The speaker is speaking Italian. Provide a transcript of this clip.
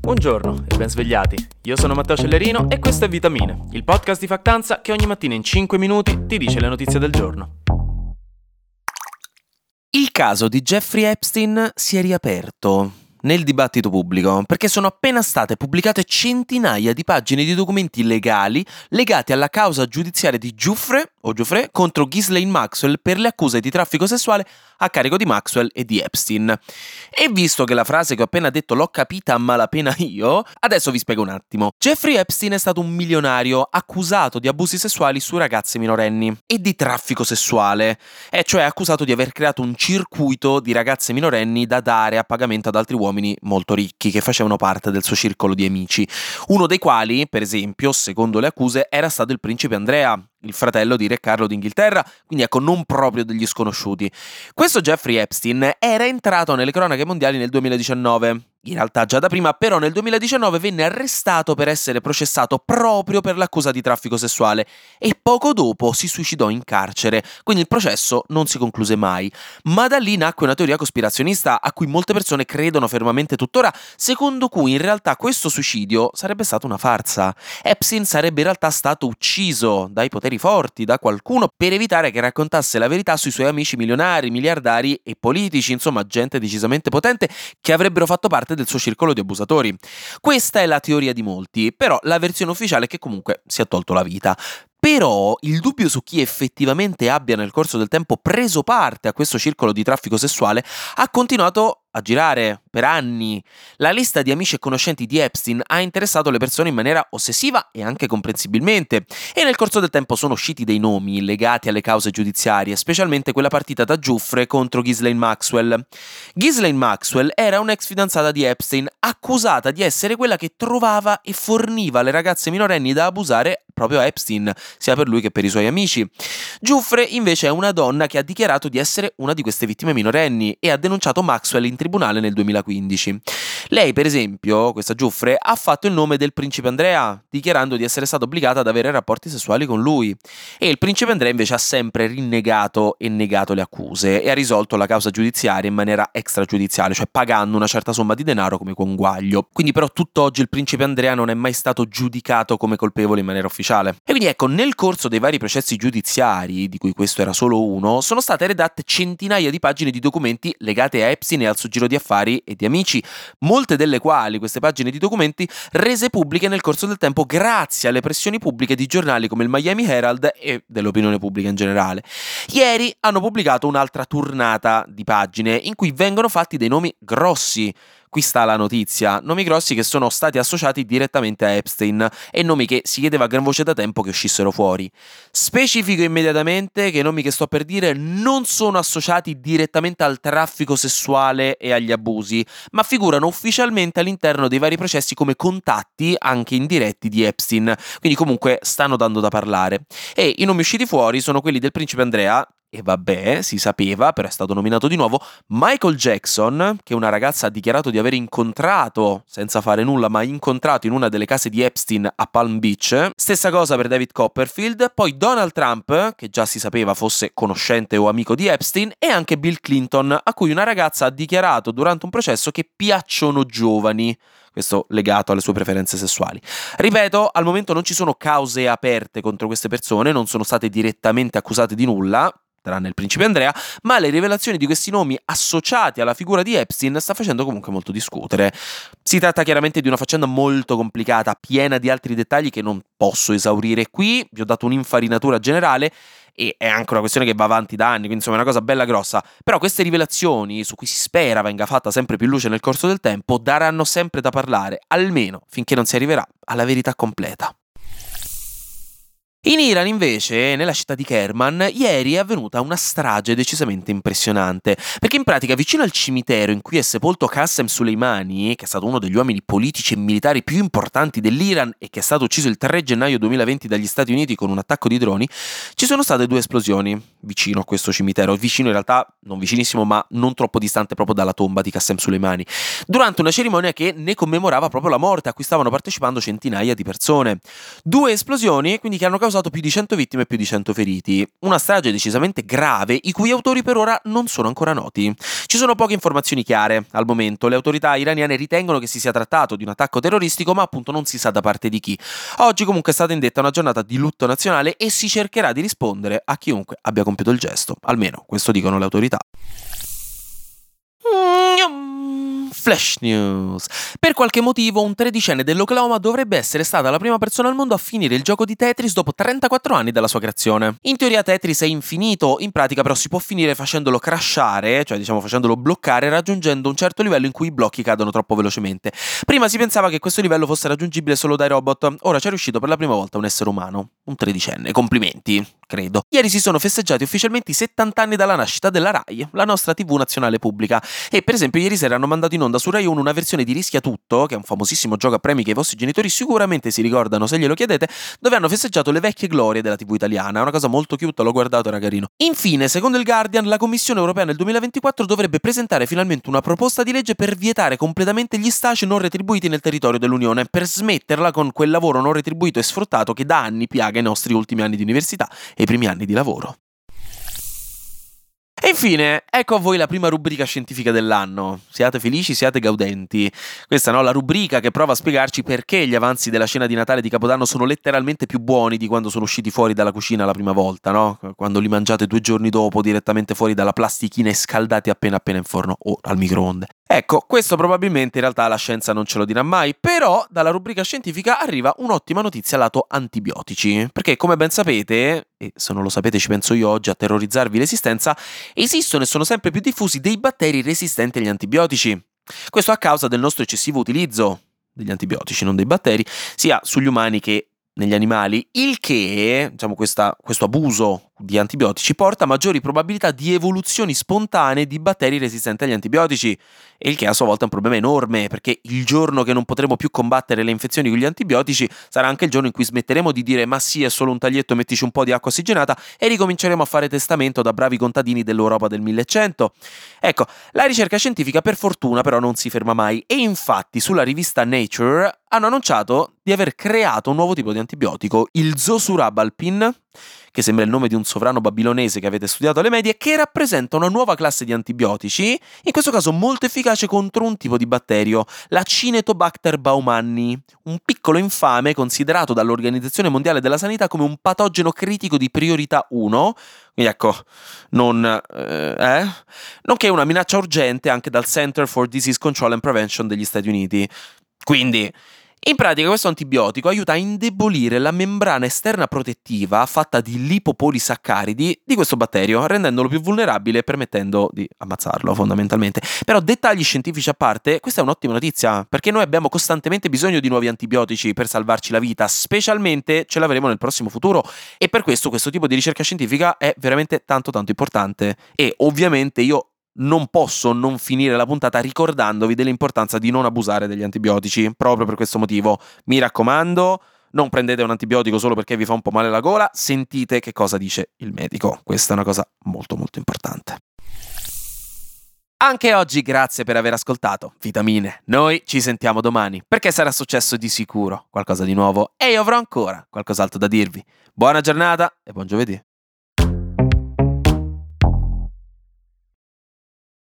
Buongiorno e ben svegliati. Io sono Matteo Cellerino e questo è Vitamine, il podcast di Factanza che ogni mattina in 5 minuti ti dice le notizie del giorno. Il caso di Jeffrey Epstein si è riaperto nel dibattito pubblico perché sono appena state pubblicate centinaia di pagine di documenti legali legati alla causa giudiziaria di Giuffre contro Ghislaine Maxwell per le accuse di traffico sessuale a carico di Maxwell e di Epstein. E visto che la frase che ho appena detto l'ho capita a malapena io, adesso vi spiego un attimo. Jeffrey Epstein è stato un milionario accusato di abusi sessuali su ragazze minorenni e di traffico sessuale, e cioè accusato di aver creato un circuito di ragazze minorenni da dare a pagamento ad altri uomini molto ricchi che facevano parte del suo circolo di amici, uno dei quali, per esempio, secondo le accuse, era stato il principe Andrea, il fratello di Re Carlo d'Inghilterra, quindi ecco, non proprio degli sconosciuti. Questo Jeffrey Epstein era entrato nelle cronache mondiali nel 2019. In realtà già da prima, però nel 2019 venne arrestato per essere processato proprio per l'accusa di traffico sessuale e poco dopo si suicidò in carcere, quindi il processo non si concluse mai. Ma da lì nacque una teoria cospirazionista a cui molte persone credono fermamente tuttora, secondo cui in realtà questo suicidio sarebbe stata una farsa. Epstein sarebbe in realtà stato ucciso dai poteri forti, da qualcuno, per evitare che raccontasse la verità sui suoi amici milionari, miliardari e politici, insomma gente decisamente potente che avrebbero fatto parte del suo circolo di abusatori. Questa è la teoria di molti, però la versione ufficiale è che comunque si è tolto la vita. Però il dubbio su chi effettivamente abbia nel corso del tempo preso parte a questo circolo di traffico sessuale ha continuato a girare per anni. La lista di amici e conoscenti di Epstein ha interessato le persone in maniera ossessiva e anche comprensibilmente, e nel corso del tempo sono usciti dei nomi legati alle cause giudiziarie, specialmente quella partita da Giuffre contro Ghislaine Maxwell. Ghislaine Maxwell era un'ex fidanzata di Epstein, accusata di essere quella che trovava e forniva le ragazze minorenni da abusare proprio a Epstein, sia per lui che per i suoi amici. Giuffre invece è una donna che ha dichiarato di essere una di queste vittime minorenni e ha denunciato Maxwell in tribunale nel 2015. Lei, per esempio, questa Giuffre, ha fatto il nome del principe Andrea, dichiarando di essere stata obbligata ad avere rapporti sessuali con lui. E il principe Andrea invece ha sempre rinnegato e negato le accuse e ha risolto la causa giudiziaria in maniera extragiudiziale, cioè pagando una certa somma di denaro come conguaglio. Quindi però tutt'oggi il principe Andrea non è mai stato giudicato come colpevole in maniera ufficiale. E quindi ecco, nel corso dei vari processi giudiziari, di cui questo era solo uno, sono state redatte centinaia di pagine di documenti legate a Epstein e al suo giro di affari e di amici, molte delle quali, queste pagine di documenti, rese pubbliche nel corso del tempo grazie alle pressioni pubbliche di giornali come il Miami Herald e dell'opinione pubblica in generale. Ieri hanno pubblicato un'altra turnata di pagine in cui vengono fatti dei nomi grossi. Qui sta la notizia, nomi grossi che sono stati associati direttamente a Epstein e nomi che si chiedeva a gran voce da tempo che uscissero fuori. Specifico immediatamente che i nomi che sto per dire non sono associati direttamente al traffico sessuale e agli abusi, ma figurano ufficialmente all'interno dei vari processi come contatti anche indiretti di Epstein, quindi comunque stanno dando da parlare. E i nomi usciti fuori sono quelli del principe Andrea, e vabbè, si sapeva, però è stato nominato di nuovo, Michael Jackson, che una ragazza ha dichiarato di aver incontrato, senza fare nulla, ma incontrato in una delle case di Epstein a Palm Beach. Stessa cosa per David Copperfield, poi Donald Trump, che già si sapeva fosse conoscente o amico di Epstein, e anche Bill Clinton, a cui una ragazza ha dichiarato durante un processo che piacciono giovani. Questo legato alle sue preferenze sessuali. Ripeto, al momento non ci sono cause aperte contro queste persone, non sono state direttamente accusate di nulla, tranne il principe Andrea, ma le rivelazioni di questi nomi associati alla figura di Epstein sta facendo comunque molto discutere. Si tratta chiaramente di una faccenda molto complicata, piena di altri dettagli che non posso esaurire qui, vi ho dato un'infarinatura generale e è anche una questione che va avanti da anni, quindi insomma è una cosa bella grossa, però queste rivelazioni, su cui si spera venga fatta sempre più luce nel corso del tempo, daranno sempre da parlare, almeno finché non si arriverà alla verità completa. In Iran, invece, nella città di Kerman, ieri è avvenuta una strage decisamente impressionante, perché in pratica vicino al cimitero in cui è sepolto Qasem Soleimani, che è stato uno degli uomini politici e militari più importanti dell'Iran e che è stato ucciso il 3 gennaio 2020 dagli Stati Uniti con un attacco di droni, ci sono state 2 esplosioni vicino a questo cimitero, vicino in realtà, non vicinissimo, ma non troppo distante proprio dalla tomba di Qasem Soleimani, durante una cerimonia che ne commemorava proprio la morte, a cui stavano partecipando centinaia di persone. 2 esplosioni, quindi, che hanno causato causato più di 100 vittime e più di 100 feriti. Una strage decisamente grave, i cui autori per ora non sono ancora noti. Ci sono poche informazioni chiare al momento. Le autorità iraniane ritengono che si sia trattato di un attacco terroristico, ma appunto non si sa da parte di chi. Oggi comunque è stata indetta una giornata di lutto nazionale e si cercherà di rispondere a chiunque abbia compiuto il gesto. Almeno questo dicono le autorità. Flash News. Per qualche motivo un tredicenne dell'Oklahoma dovrebbe essere stata la prima persona al mondo a finire il gioco di Tetris dopo 34 anni dalla sua creazione. In teoria Tetris è infinito, in pratica però si può finire facendolo crashare, cioè diciamo facendolo bloccare, raggiungendo un certo livello in cui i blocchi cadono troppo velocemente. Prima si pensava che questo livello fosse raggiungibile solo dai robot, ora ci è riuscito per la prima volta un essere umano, un tredicenne. Complimenti, credo. Ieri si sono festeggiati ufficialmente i 70 anni dalla nascita della RAI, la nostra TV nazionale pubblica, e per esempio ieri sera hanno mandato in onda su Rai 1 una versione di Rischia Tutto, che è un famosissimo gioco a premi che i vostri genitori sicuramente si ricordano se glielo chiedete, dove hanno festeggiato le vecchie glorie della TV italiana. È una cosa molto cute, l'ho guardato, era carino. Infine, secondo il Guardian, la Commissione europea nel 2024 dovrebbe presentare finalmente una proposta di legge per vietare completamente gli stage non retribuiti nel territorio dell'Unione, per smetterla con quel lavoro non retribuito e sfruttato che da anni piaga i nostri ultimi anni di università e i primi anni di lavoro. E infine, ecco a voi la prima rubrica scientifica dell'anno. Siate felici, siate gaudenti. Questa, no, la rubrica che prova a spiegarci perché gli avanzi della cena di Natale e di Capodanno sono letteralmente più buoni di quando sono usciti fuori dalla cucina la prima volta, no? Quando li mangiate 2 giorni dopo direttamente fuori dalla plastichina e scaldati appena appena in forno o al microonde. Ecco, questo probabilmente in realtà la scienza non ce lo dirà mai, però dalla rubrica scientifica arriva un'ottima notizia lato antibiotici, perché come ben sapete, e se non lo sapete ci penso io oggi a terrorizzarvi l'esistenza, esistono e sono sempre più diffusi dei batteri resistenti agli antibiotici. Questo a causa del nostro eccessivo utilizzo degli antibiotici, non dei batteri, sia sugli umani che negli animali, il che, diciamo, questo abuso di antibiotici porta a maggiori probabilità di evoluzioni spontanee di batteri resistenti agli antibiotici, e il che a sua volta è un problema enorme, perché il giorno che non potremo più combattere le infezioni con gli antibiotici sarà anche il giorno in cui smetteremo di dire ma sì, è solo un taglietto, mettici un po' di acqua ossigenata, e ricominceremo a fare testamento da bravi contadini dell'Europa del 1100. Ecco, la ricerca scientifica per fortuna però non si ferma mai, e infatti sulla rivista Nature hanno annunciato di aver creato un nuovo tipo di antibiotico, il Zosurabalpin, che sembra il nome di un sovrano babilonese che avete studiato alle medie, che rappresenta una nuova classe di antibiotici, in questo caso molto efficace contro un tipo di batterio, la Cinetobacter baumannii, un piccolo infame considerato dall'Organizzazione Mondiale della Sanità come un patogeno critico di priorità 1, quindi ecco, nonché una minaccia urgente anche dal Center for Disease Control and Prevention degli Stati Uniti. Quindi, in pratica questo antibiotico aiuta a indebolire la membrana esterna protettiva fatta di lipopolisaccaridi di questo batterio, rendendolo più vulnerabile e permettendo di ammazzarlo fondamentalmente. Però dettagli scientifici a parte, questa è un'ottima notizia, perché noi abbiamo costantemente bisogno di nuovi antibiotici per salvarci la vita, specialmente ce l'avremo nel prossimo futuro, e per questo tipo di ricerca scientifica è veramente tanto tanto importante. E ovviamente io non posso non finire la puntata ricordandovi dell'importanza di non abusare degli antibiotici, proprio per questo motivo. Mi raccomando, non prendete un antibiotico solo perché vi fa un po' male la gola, sentite che cosa dice il medico. Questa è una cosa molto molto importante. Anche oggi grazie per aver ascoltato Vitamine. Noi ci sentiamo domani, perché sarà successo di sicuro qualcosa di nuovo e io avrò ancora qualcos'altro da dirvi. Buona giornata e buon giovedì.